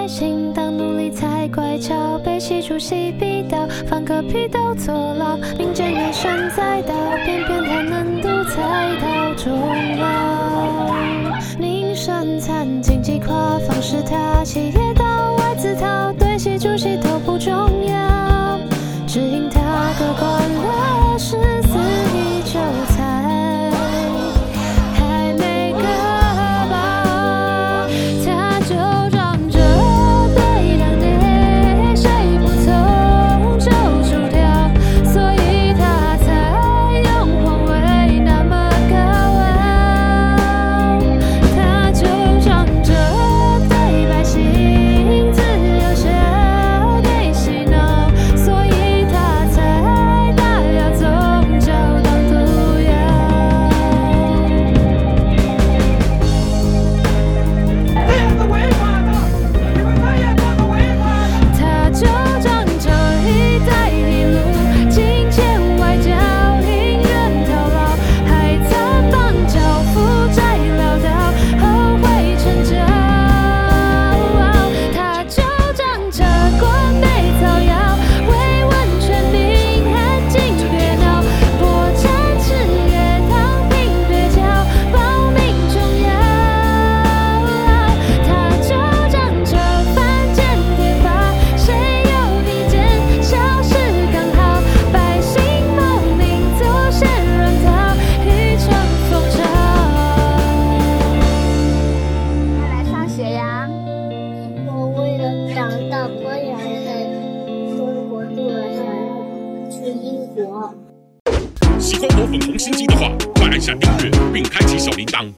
行，当奴隶才乖巧，被戏出戏必到，放个屁都坐牢。民间人生载道，偏偏他能独裁到终老。名声残，经济垮，方式他，企业到外自逃，对戏出戏都不重要，只因他个官了14亿韭菜，还没个饱，他就仗着对两叠，谁不从就输掉，所以他才用皇位那么高傲，他就仗着对百姓自由小给洗脑，所以他才大牙宗教当毒药。 这也是违法的，你们这也都是违法的。 他就仗着一带一路，金钱外交引人套牢，还曾帮教父债潦倒，后悔成骄傲。他就仗着官媒造谣，慰问全民，安静别闹，破产吃野躺平别叫，保命重要。他就仗着犯贱贴法，谁有意见消失刚好，百姓冒名走线软套，一场风潮。 他来上学呀？ 我为了长大不想在中国住了，想要去英国。 喜欢我粉红心机的话，快按下订阅并开启小铃铛。